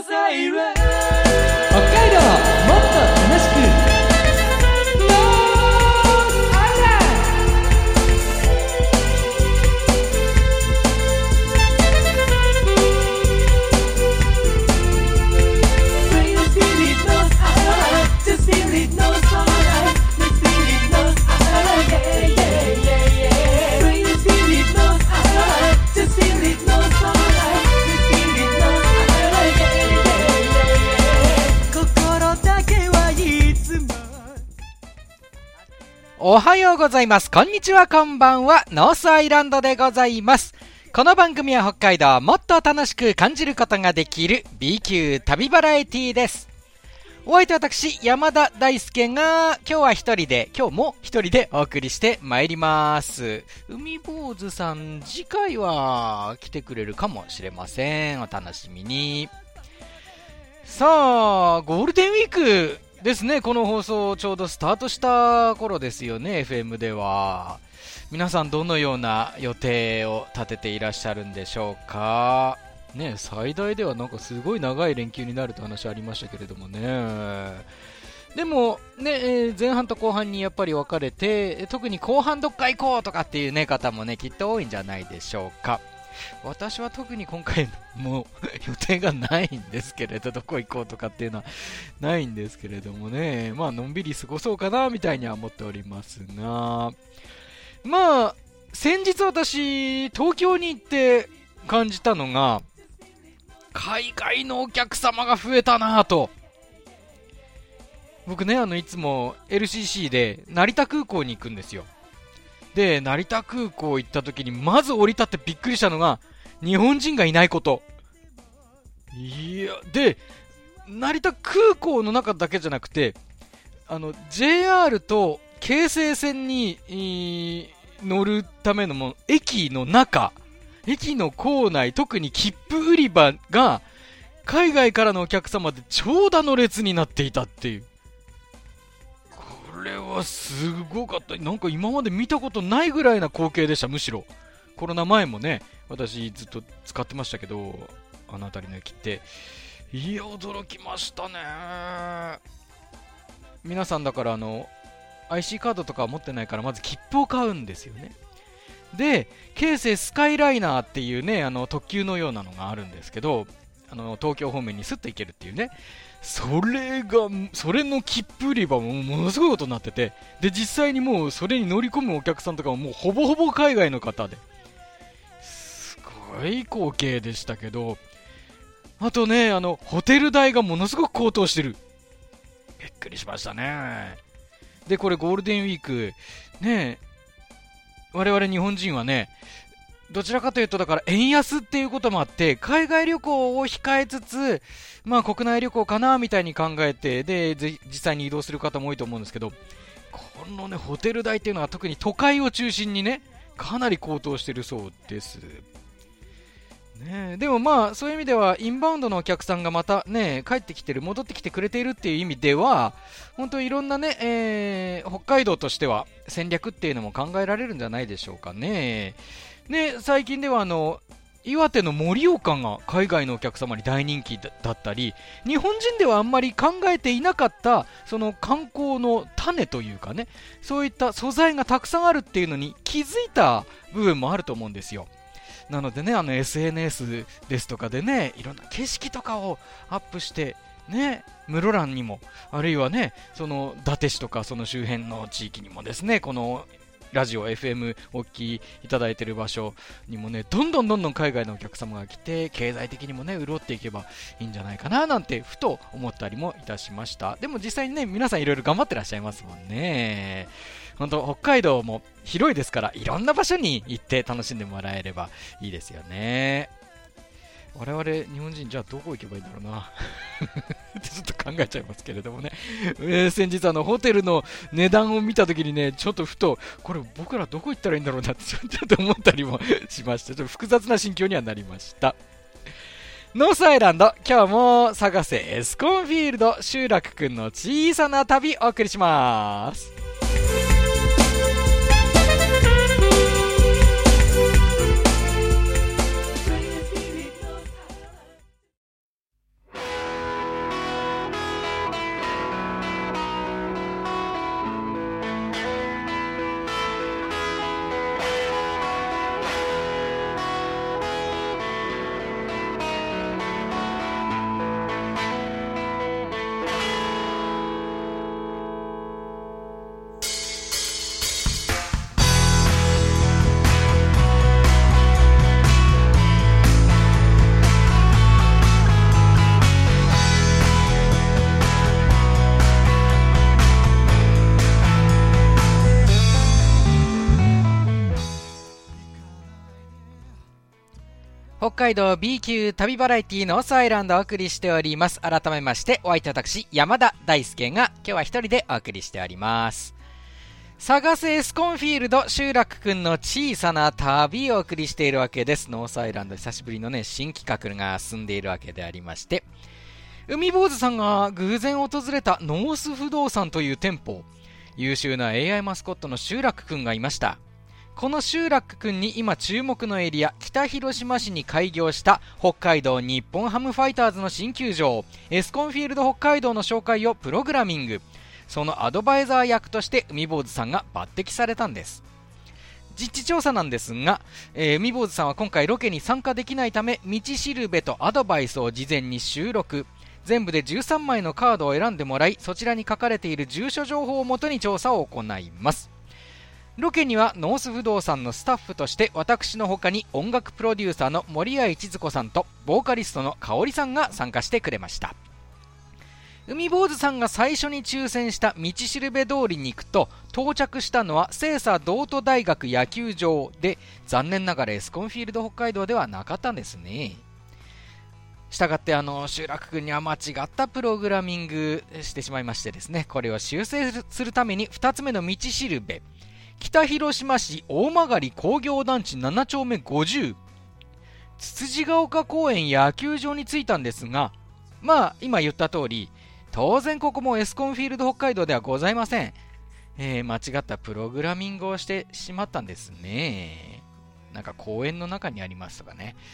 サイランド、北海道もっと楽しくおはようございます。こんにちは、こんばんは。ノースアイランドでございます。この番組は北海道をもっと楽しく感じることができる B 級旅バラエティです。お相手は私、山田大輔が今日も一人でお送りしてまいります。海坊主さん、次回は来てくれるかもしれません。お楽しみに。さあ、ゴールデンウィークですね。この放送ちょうどスタートした頃ですよね。 FM では皆さんどのような予定を立てていらっしゃるんでしょうかね。最大ではなんかすごい長い連休になると話ありましたけれどもね。でもね、前半と後半にやっぱり分かれて、特に後半どっか行こうとかっていうね方もねきっと多いんじゃないでしょうか。私は特に今回も予定がないんですけれど、どこ行こうとかっていうのはないんですけれどもね、まあのんびり過ごそうかなみたいには思っておりますが、まあ先日私東京に行って感じたのが、海外のお客様が増えたなぁと。僕ね、いつも LCC で成田空港に行くんですよ。で、成田空港行った時にまず降り立ってびっくりしたのが、日本人がいないこと。いや、で、成田空港の中だけじゃなくて、JR と京成線に乗るためのも駅の中、駅の構内、特に切符売り場が海外からのお客様で長蛇の列になっていたっていう。これはすごかった。なんか今まで見たことないぐらいな光景でした。むしろコロナ前もね、私ずっと使ってましたけど、あの辺りの駅って、いや驚きましたね。皆さんだから IC カードとか持ってないからまず切符を買うんですよね。で、京成スカイライナーっていうね、特急のようなのがあるんですけど、東京方面にスッと行けるっていうね、それの切符売り場もものすごいことになってて、で実際にもうそれに乗り込むお客さんとかももうほぼほぼ海外の方で、すごい光景でしたけど、あとね、ホテル代がものすごく高騰してる。びっくりしましたね。で、これゴールデンウィークね、我々日本人はね、どちらかというとだから円安っていうこともあって、海外旅行を控えつつ、まあ国内旅行かなみたいに考えて、で実際に移動する方も多いと思うんですけど、このねホテル代っていうのは特に都会を中心にねかなり高騰してるそうですね。でもまあそういう意味ではインバウンドのお客さんがまたね帰ってきてる、戻ってきてくれているっていう意味では、本当いろんなね、北海道としては戦略っていうのも考えられるんじゃないでしょうかね。で、最近では岩手の盛岡が海外のお客様に大人気だったり、日本人ではあんまり考えていなかったその観光の種というかね、そういった素材がたくさんあるっていうのに気づいた部分もあると思うんですよ。なのでね、SNS ですとかでね、いろんな景色とかをアップしてね、室蘭にも、あるいはね、その伊達市とかその周辺の地域にもですね、このラジオ FM お聞きいただいている場所にもね、どんどん海外のお客様が来て、経済的にもね潤っていけばいいんじゃないかななんてふと思ったりもいたしました。でも実際にね、皆さんいろいろ頑張ってらっしゃいますもんね。本当北海道も広いですから、いろんな場所に行って楽しんでもらえればいいですよね。我々日本人じゃあどこ行けばいいんだろうなってちょっと考えちゃいますけれどもね、先日ホテルの値段を見たときにね、ちょっとふとこれ僕らどこ行ったらいいんだろうなってちょっと思ったりもしまして、ちょっと複雑な心境にはなりました。ノースアイランド、今日も探せエスコンフィールド集落くんの小さな旅お送りします。 海道 B 級旅バラエティノースアイランドをお送りしております。改めましてお相手私山田大輔が今日は一人でお送りしております。探せエスコンフィールド集落くんの小さな旅をお送りしているわけです。ノースアイランド久しぶりのね新企画が進んでいるわけでありまして、海坊主さんが偶然訪れたノース不動産という店舗、優秀な AI マスコットの集落くんがいました。この集落くんに今注目のエリア、北広島市に開業した北海道日本ハムファイターズの新球場エスコンフィールド北海道の紹介をプログラミング、そのアドバイザー役として海坊主さんが抜擢されたんです。実地調査なんですが、海坊主さんは今回ロケに参加できないため、道しるべとアドバイスを事前に収録、全部で13枚のカードを選んでもらい、そちらに書かれている住所情報をもとに調査を行います。ロケにはノース不動産のスタッフとして私の他に音楽プロデューサーの森谷一子さんとボーカリストの香織さんが参加してくれました。海坊主さんが最初に抽選した道しるべ通りに行くと、到着したのは清佐道都大学野球場で、残念ながらエスコンフィールド北海道ではなかったんですね。したがって集落くんには間違ったプログラミングしてしまいましてですね、これを修正するために2つ目の道しるべ、北広島市大曲工業団地7丁目50つつじが丘公園野球場に着いたんですが、まあ今言った通り、当然ここもエスコンフィールド北海道ではございません。間違ったプログラミングをしてしまったんですね。なんか公園の中にありますとかね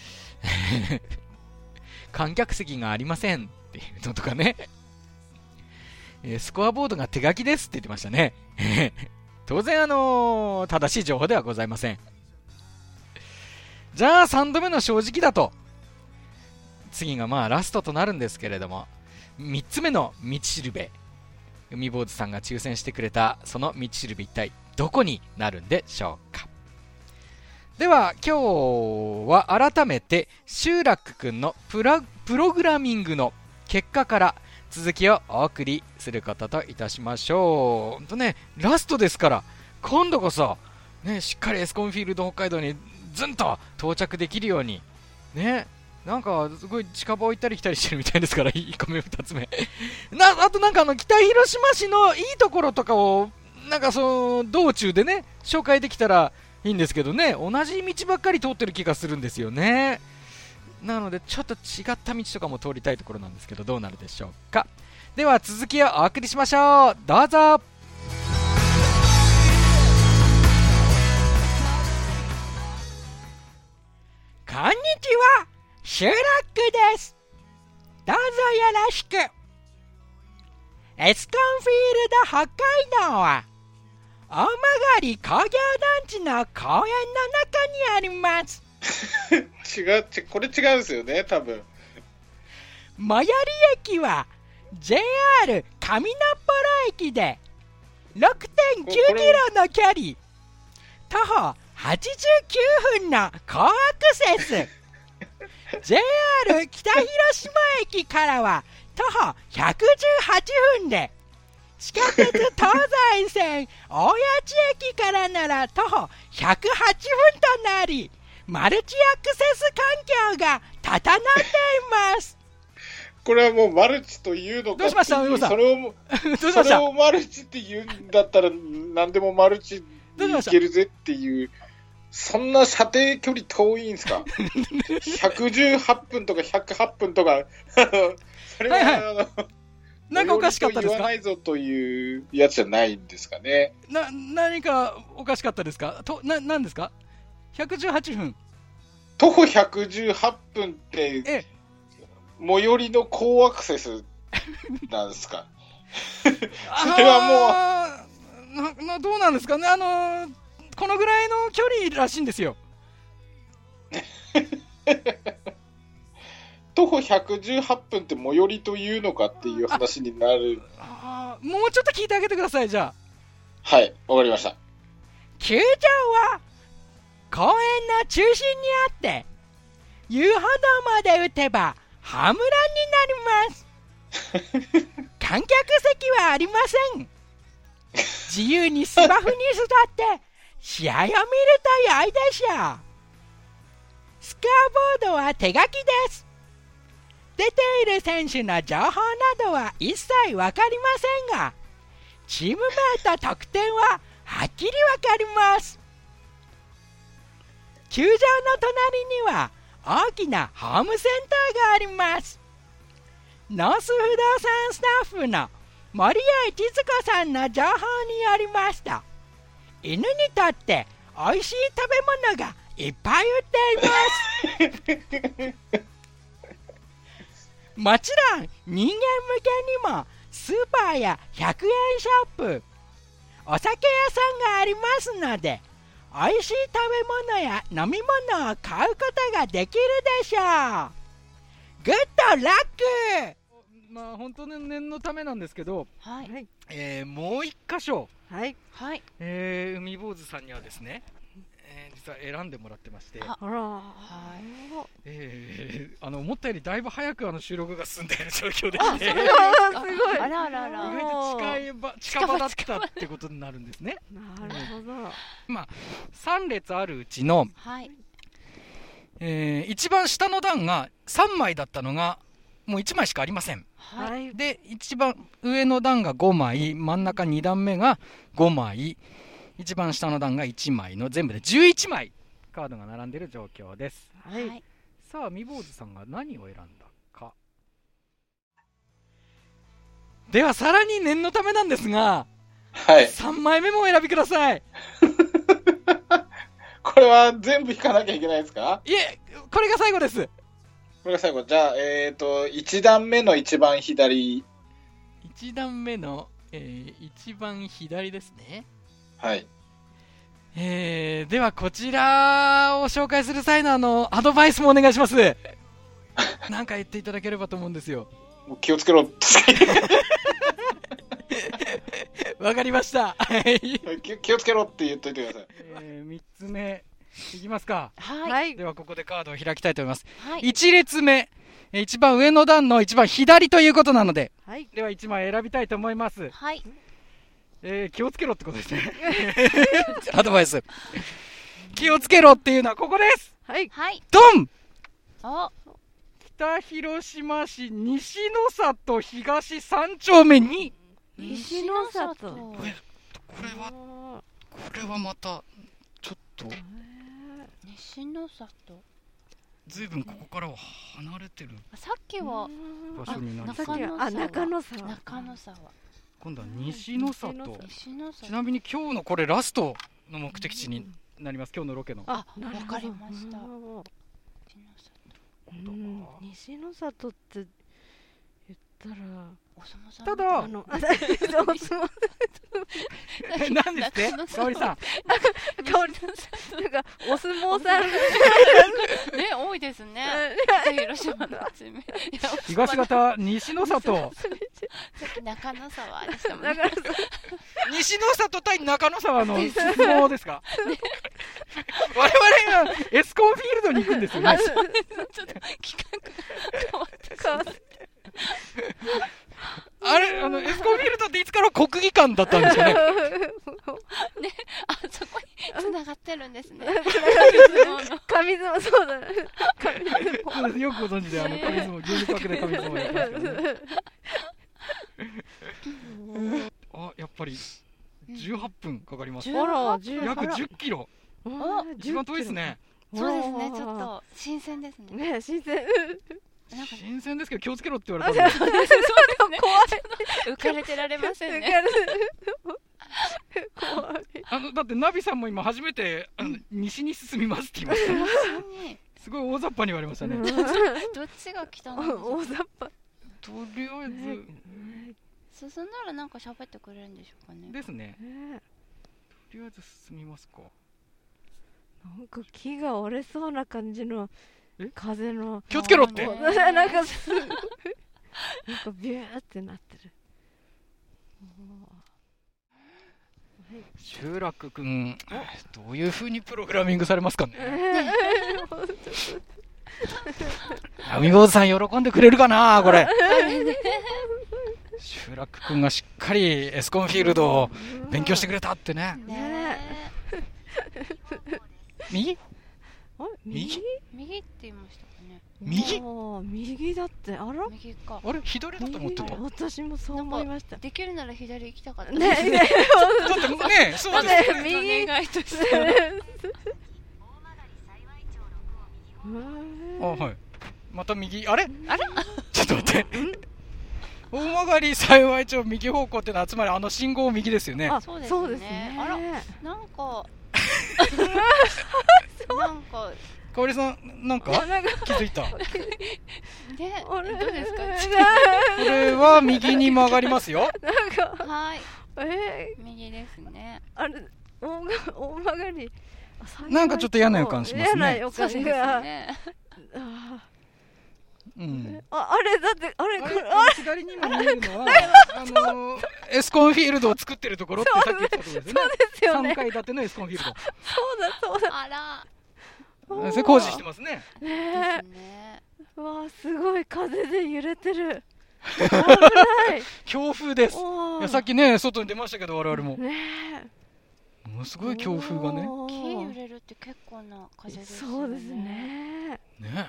観客席がありませんっていうのとかねスコアボードが手書きですって言ってましたね当然正しい情報ではございません。じゃあ3度目の正直だと、次がまあラストとなるんですけれども、3つ目の道しるべ、海坊主さんが抽選してくれたその道しるべ、一体どこになるんでしょうか。では今日は改めて集落くんのプログラミングの結果から続きをお送りすることといたしましょう。ラストですから、今度こそ、しっかりエスコンフィールド北海道にずんと到着できるように、なんかすごい近場を行ったり来たりしてるみたいですから、1個目2つ目あとなんか北広島市のいいところとかをなんかその道中でね紹介できたらいいんですけどね、同じ道ばっかり通ってる気がするんですよね。なのでちょっと違った道とかも通りたいところなんですけど、どうなるでしょうか。では続きをお送りしましょう。どうぞ。 こんにちは、シュラックです。どうぞよろしく。エスコンフィールド北海道は大曲工業団地の公園の中にあります。 これ違うんですよね、多分。 最寄り駅は JR 上野原駅で 6.9 キロの距離、徒歩89分の好アクセスJR 北広島駅からは徒歩118分で、地下鉄東西線大谷地駅からなら徒歩108分となり、マルチアクセス環境が整っています。 これはもうマルチというのか。 どうしました、 それをマルチって言うんだったら何でもマルチにいけるぜっていう、そんな射程距離遠いんですか118分とか108分とかそれは、 なんかおかしかったですか。 言わないぞというやつじゃないんですかね。 何かおかしかったですか。何ですか。118分徒歩118分って最寄りの高アクセスなんですかそれはもうどうなんですかね。このぐらいの距離らしいんですよ徒歩118分って最寄りというのかっていう話になる。 もうちょっと聞いてあげてください。じゃあ、 はい、わかりました。 球場は公園の中心にあって、遊歩道まで打てばホームランになります観客席はありません。自由に芝生に座って試合を見ると良いでしょう。 スコアボードは手書きです。出ている選手の情報などは一切わかりませんが、チームメート得点ははっきりわかります。球場の隣には大きなホームセンターがあります。ノース不動産スタッフの森合千鶴子さんの情報によりますと、犬にとっておいしい食べ物がいっぱい売っていますもちろん人間向けにもスーパーや100円ショップ、お酒屋さんがありますので、おいしい食べ物や飲み物を買うことができるでしょう。グッドラック。 まあ本当に念のためなんですけど、 はい、 もう一箇所、 はいはい、 海坊主さんにはですね、実は選んでもらってまして、 あら、はい、 思ったよりだいぶ早く収録が進んでいる状況でして、 すごい、あらあらあら、 意外と近場だったってことになるんですね。 なるほど。 まあ3列あるうちの、 はい、 一番下の段が3枚だったのがもう1枚しかありません。 はい、 で一番上の段が5枚、真ん中2段目が5枚、一番下の段が1枚の全部で11枚カードが並んでいる状況です。 はい、 さあ、み坊主さんが何を選んだか。ではさらに念のためなんですが、 はい、 3枚目もお選びくださいこれは全部引かなきゃいけないですか？ いえ、これが最後です。 これが最後。じゃあ、1段目の一番左。 1段目の、一番左ですね。 はい。 ではこちらを紹介する際のアドバイスもお願いしますなんか言っていただければと思うんですよ。 気をつけろわかりました気をつけろって言っといてください。 3つ目いきますか。 はい、 ではここでカードを開きたいと思います。 はい、 1列目、一番上の段の一番左ということなので、 はい、 では1枚選びたいと思います。 はい、 気をつけろってことですねアドバイス。気をつけろっていうのはここです。 はい、はい、 ドン。 北広島市西の里東3丁目に。 西の里。 これはまたちょっと西の里。 ずいぶんここからは離れてる。 さっきは場所になりそう。 中野沢。 今度は西の里。ちなみに今日のこれラストの目的地になります。今日のロケの。 わかりました。 西の里って言ったらただ何ですって香織さんなんかお相撲さんね、多いですね広島の地名。 東方西の里中野沢でしたもんね。 西の里対中野沢の相撲ですか我々今エスコンフィールドに行くんですよね。 ちょっと企画変わってあれエスコンフィールドっていつから国技館だったんですよね。 ね、そこに繋がってるんですね。 神相撲、そうだ。 そうです、よくご存知で神相撲、牛乳パックで神相撲やってますからね。あ、やっぱり18分かかります。約10キロ。一番遠いですね。 そうですね、ちょっと新鮮ですね。 ね、新鮮。 新鮮ですけど気をつけろって言われたんで。 そうですね、怖い。浮かれてられませんね。 怖い。 だってナビさんも今初めて西に進みますって言いました。すごい大雑把に言われましたね。 どっちが北なの？ 大雑把。 とりあえず進んだらなんか喋ってくれるんでしょうかね。 ですね。とりあえず進みますか。 なんか木が折れそうな感じの風の。 気をつけろって。 なんかビューってなってる。 集落くん、どういう風にプログラミングされますかね。み坊主さん喜んでくれるかなこれ。集落くんがしっかりエスコンフィールドを勉強してくれたってね。右？ 右右って言いましたかね。 右右だって。あら、 右か。 あれ左だと思ってた。 私もそう思いました。 できるなら左行きたかったねだってね、そうですね。 お願いとして。 あ、はい。また右、あれあらちょっと待って。大曲幸町右方向ってのはつまり信号右ですよね。 あ、 そうそうですね。あら、なんかかおりさん、なんか気づいた。こどうですか。 れは右に曲がりますよ。 はい。右ですね。 あれ、大曲り。 なんかちょっと嫌な予感しますね。 嫌な予感が。 うん、 あれだってこれ左に今見えるのはエスコンフィールドを作ってるところってさっき言ったところですよね。 そうですよね。 3階建てのエスコンフィールド。 そうだ。 あら。 それ工事してますね。 ねえ。わあ、すごい風で揺れてる。危ない。 強風です。いや、さっきね外に出ましたけど我々も。 ねえ。 ものすごい強風がね。 木揺れるって結構な風ですよね。 そうですね。 ね。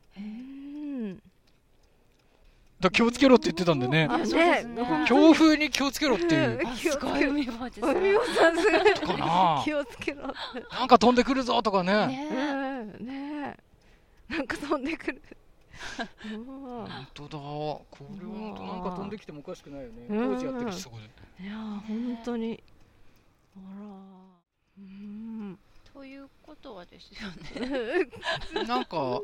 だ気をつけろって言ってたんでね。強風に気をつけろっていう。 すごい海坊さん。 かな。 気をつけろ。 なんか飛んでくるぞとかね。 ねえ。なんか飛んでくる。 本当だ。これは本当なんか飛んできてもおかしくないよね。工事やってるしそこで。 いや本当に。あら。 ということはですよね。 なんか。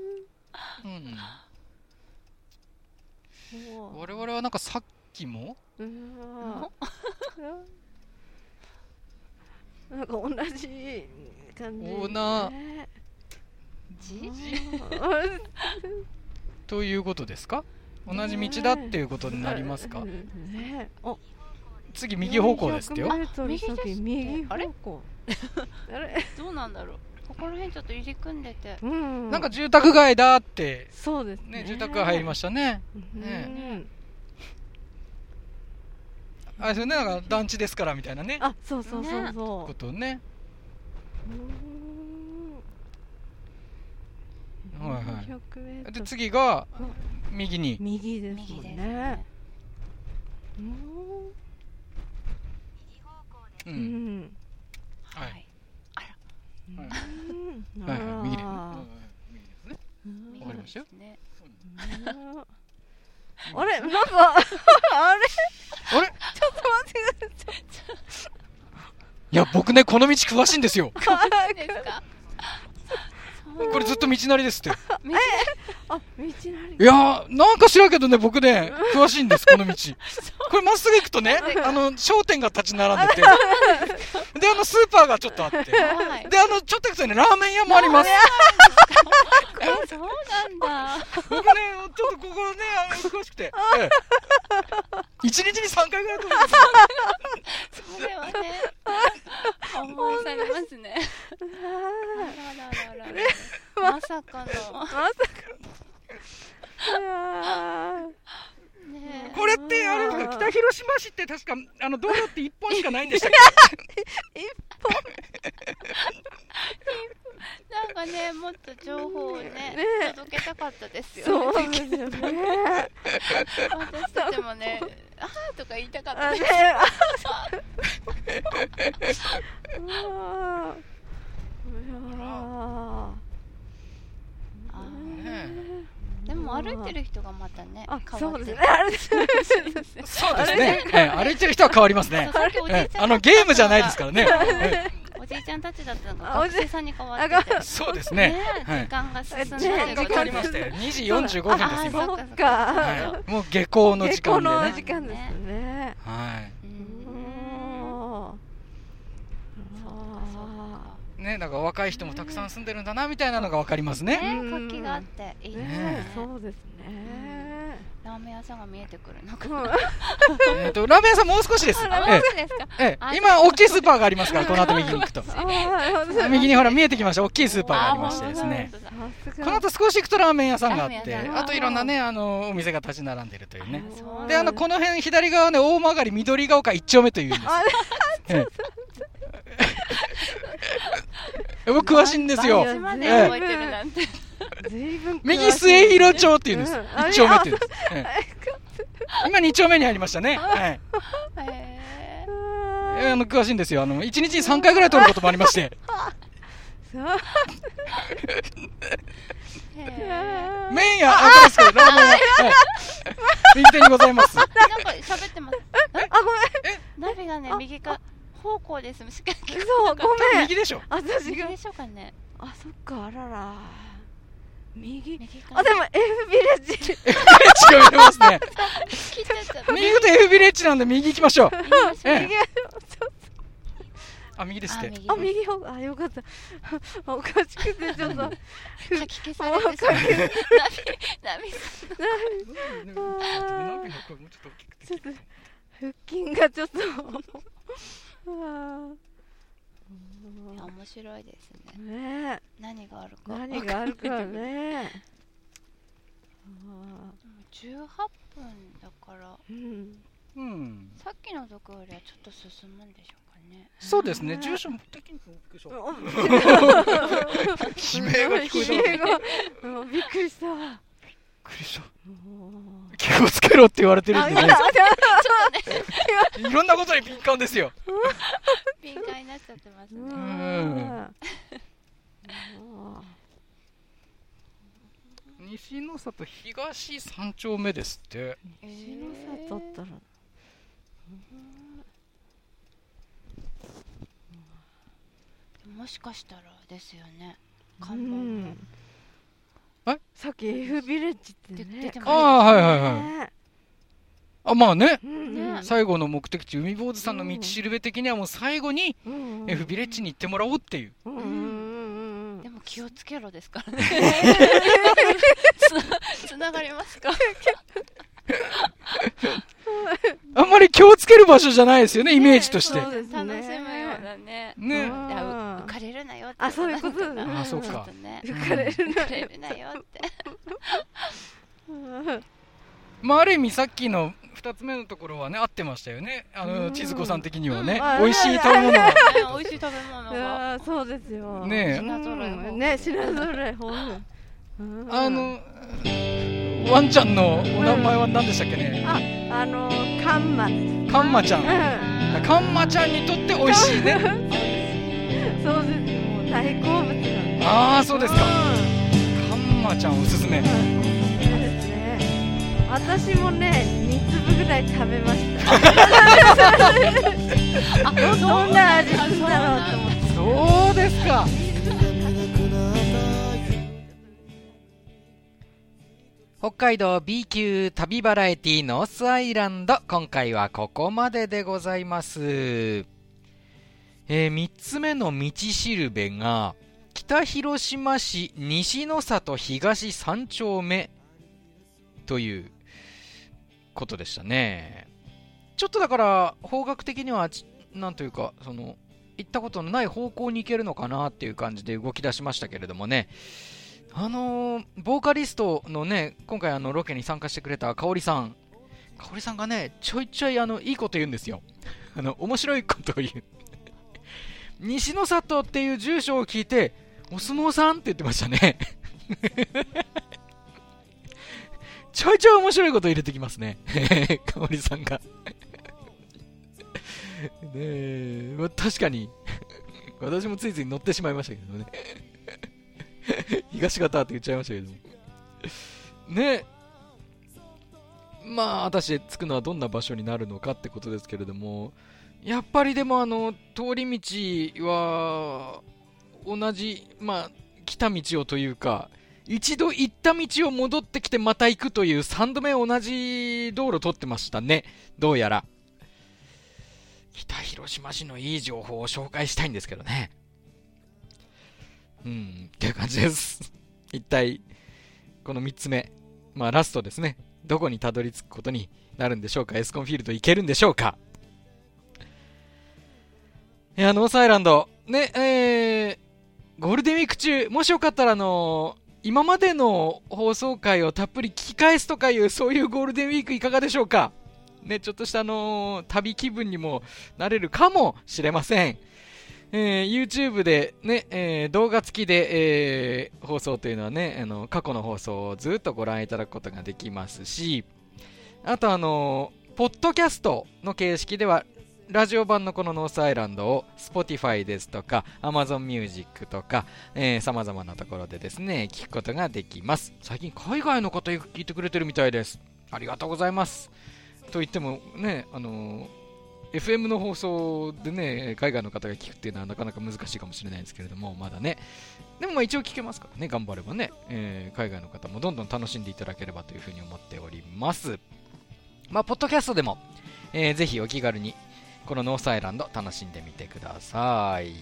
我々はなんかさっきもなんか同じ感じ、 ということですか。同じ道だっていうことになりますか。次右方向ですってよ。 右方向。 あれどうなんだろう。ここら辺ちょっと入り組んでて、 なんか住宅街だって。 そうですね。 住宅街入りましたね。あれですよね、なんか団地ですからみたいなね。 あ、そうことね。で次が右に。 右ですね。 はい。右ですね。わかりましたよ。 あれ、なんかあれちょっと待ってください。 いや、僕ねこの道詳しいんですよ。これずっと道なりですって。 道なり。 いやなんか知らんけどね、僕ね詳しいんですこの道。これまっすぐ行くとね、商店が立ち並んでて、でスーパーがちょっとあって、でちょっと行くとねラーメン屋もあります。 そうなんだ。 僕ねちょっとここね詳しくて、1日に3回ぐらいと思うんですよ。 それはね思いされますね。まさかの。 これってあれですか、北広島市って確か道路って1本しかないんでしたっけ。 1本。 なんかね、もっと情報をね届けたかったですよね。 そうですよね。 私たちもね、あーとか言いたかったです。でも歩いてる人がまたね変わってる。 そうですね。歩いてる人は変わりますね。ゲームじゃないですからね。 おじいちゃんたちだったのが学生さんに変わってて。 そうですね。 時間が進んで時間がかかりまして、2時45分です今。 そうか。 もう下校の時間でね。 下校の時間ですね。 はい。ね、だから若い人もたくさん住んでるんだなみたいなのが分かりますね。 活気があっていいですね。 そうですね。 ラーメン屋さんが見えてくるのか。 ラーメン屋さんもう少しです。今大きいスーパーがありますから、この後右に行くと。右にほら見えてきました、大きいスーパーがありましてですね。この後少し行くとラーメン屋さんがあって、あといろんなねお店が立ち並んでるというね。でこの辺左側ね、大曲緑ヶ丘1丁目というんです。 僕詳しいんですよ。 場所まで覚えてるなんて。 随分詳しい右末広町っていうんです。 うん 1丁目っていうんです。今2丁目に入りましたね。はい。詳しいんですよ。1日に3回ぐらい取ることもありまして。 そう麺屋、そうですけど、ラーメン屋。右手にございます。 なんか喋ってます。 あ、ごめん。 ナビがね、右か方向です。 そう、ごめん。 右でしょ。 私が。 右でしょうかね。 あ、そっか、あらら。右か。 あ、でも F ビレッジ。 F ビレッジが見えますね。 切っちゃった。 右行くと F ビレッジなんで右行きましょう。 右あ、右ですって。 あ、右方向。あ、よかった。おかしくてちょっと。 書き消されてしまう。ナビちょっと腹筋がちょっと面白いですね。 ねえ、 何があるか。 何があるかね。 18分だから、さっきのとこよりはちょっと進むんでしょうかね。 そうですね。住所目的に悲鳴が聞こえた。 びっくりした。 気をつけろって言われてるんでね。いろんなことに敏感ですよ。 敏感になっちゃってますね。 西の里東3丁目ですって。 西の里ったらもしかしたらですよね。看板さっき F ビレッジってね。 はいはいはい。あ、まあね、最後の目的地海坊主さんの道しるべ的にはもう最後に F ビレッジに行ってもらおうっていう。 でも気をつけろですからね。つながりますか。 あんまり気をつける場所じゃないですよね、イメージとして。 楽しむようなね。浮かれるなよって。 あ、そういうこと。 あ、そうか。 浮かれるなよって。 まあ、ある意味さっきの2つ目のところはね、合ってましたよね。千鶴子さん的にはね、美味しい食べ物が。 美味しい食べ物が。 そうですよ。 ね品揃え。 ね、品揃え豊富。 ワンちゃんのお名前は何でしたっけね。 カンマです。 カンマちゃん。カンマちゃんにとって美味しいね。 そうです。もう大好物なんで。 ああ、そうですか。カンマちゃんおすすめ。 私もね、2粒ぐらい食べました。どんな味するんだろうと思って。 そうですか。北海道 B 級旅バラエティノースアイランド、今回はここまででございます。3つ目の道しるべが北広島市西の里東3丁目ということでしたね。ちょっとだから方角的にはなんというか、その行ったことのない方向に行けるのかなっていう感じで動き出しましたけれどもね。ボーカリストのね、今回ロケに参加してくれた香織さんがね、ちょいちょいいいこと言うんですよ。面白いことを言う。西の里っていう住所を聞いて、お相撲さんって言ってましたね。ちょいちょい面白いこと入れてきますね。香織さんが。ねえ、確かに、私もついつい乗ってしまいましたけどね。東方って言っちゃいましたけどもね。まあ果たして着くのはどんな場所になるのかってことですけれども、やっぱりでも通り道は同じ、まあ来た道をというか、一度行った道を戻ってきてまた行くという3度目同じ道路通ってましたね。どうやら北広島市のいい情報を紹介したいんですけどね。っていう感じです。一体この3つ目、まあラストですね、どこにたどり着くことになるんでしょうか。エスコンフィールド行けるんでしょうか。いや、ノースアイランドね、ゴールデンウィーク中、もしよかったら今までの放送回をたっぷり聞き返すとかいう、そういうゴールデンウィークいかがでしょうかね。ちょっとした旅気分にもなれるかもしれません。 YouTube でね、動画付きで、放送というのはね、過去の放送をずっとご覧いただくことができますし、あとポッドキャストの形式では、ラジオ版のこのノースアイランドを Spotify ですとか Amazon Music とか、様々なところでですね、聞くことができます。最近海外の方よく聞いてくれてるみたいです。ありがとうございます。と言ってもね、FM の放送でね、海外の方が聞くっていうのはなかなか難しいかもしれないんですけれども、まだね。でも一応聞けますからね、頑張ればね、海外の方もどんどん楽しんでいただければというふうに思っております。ポッドキャストでも、ぜひお気軽にこのノースアイランド楽しんでみてください。い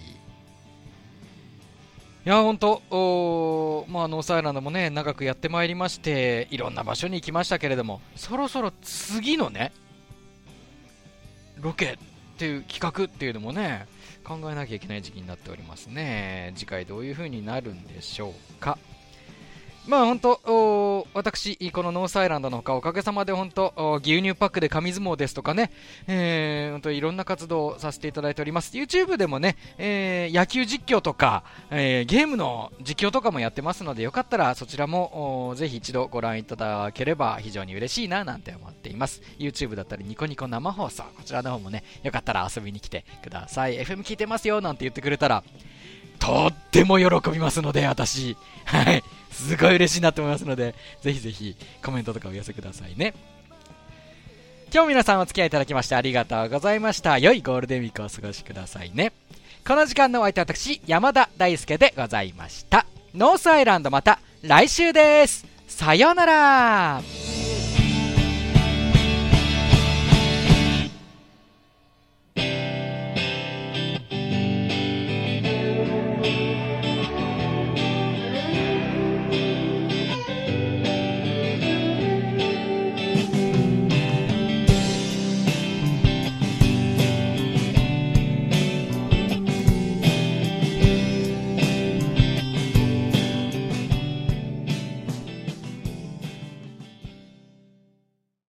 やほんとノースアイランドもね長くやってまいりまして、いろんな場所に行きましたけれども、そろそろ次のねロケっていう企画っていうのもね考えなきゃいけない時期になっておりますね。次回どういう風になるんでしょうか。本当私このノースアイランドのほかおかげさまで本当牛乳パックで紙相撲ですとかね、本当いろんな活動をさせていただいております。 YouTube でもね、野球実況とか、ゲームの実況とかもやってますので、よかったらそちらもぜひ一度ご覧いただければ非常に嬉しいななんて思っています。 YouTube だったりニコニコ生放送、こちらの方もねよかったら遊びに来てください。 FM 聞いてますよなんて言ってくれたらとっても喜びますので、私はいすごい嬉しいなと思いますので、ぜひぜひコメントとかお寄せくださいね。今日皆さんお付き合いいただきましてありがとうございました。良いゴールデンウィークをお過ごしくださいね。この時間のお相手は私山田大輔でございました。ノースアイランドまた来週です。さようなら。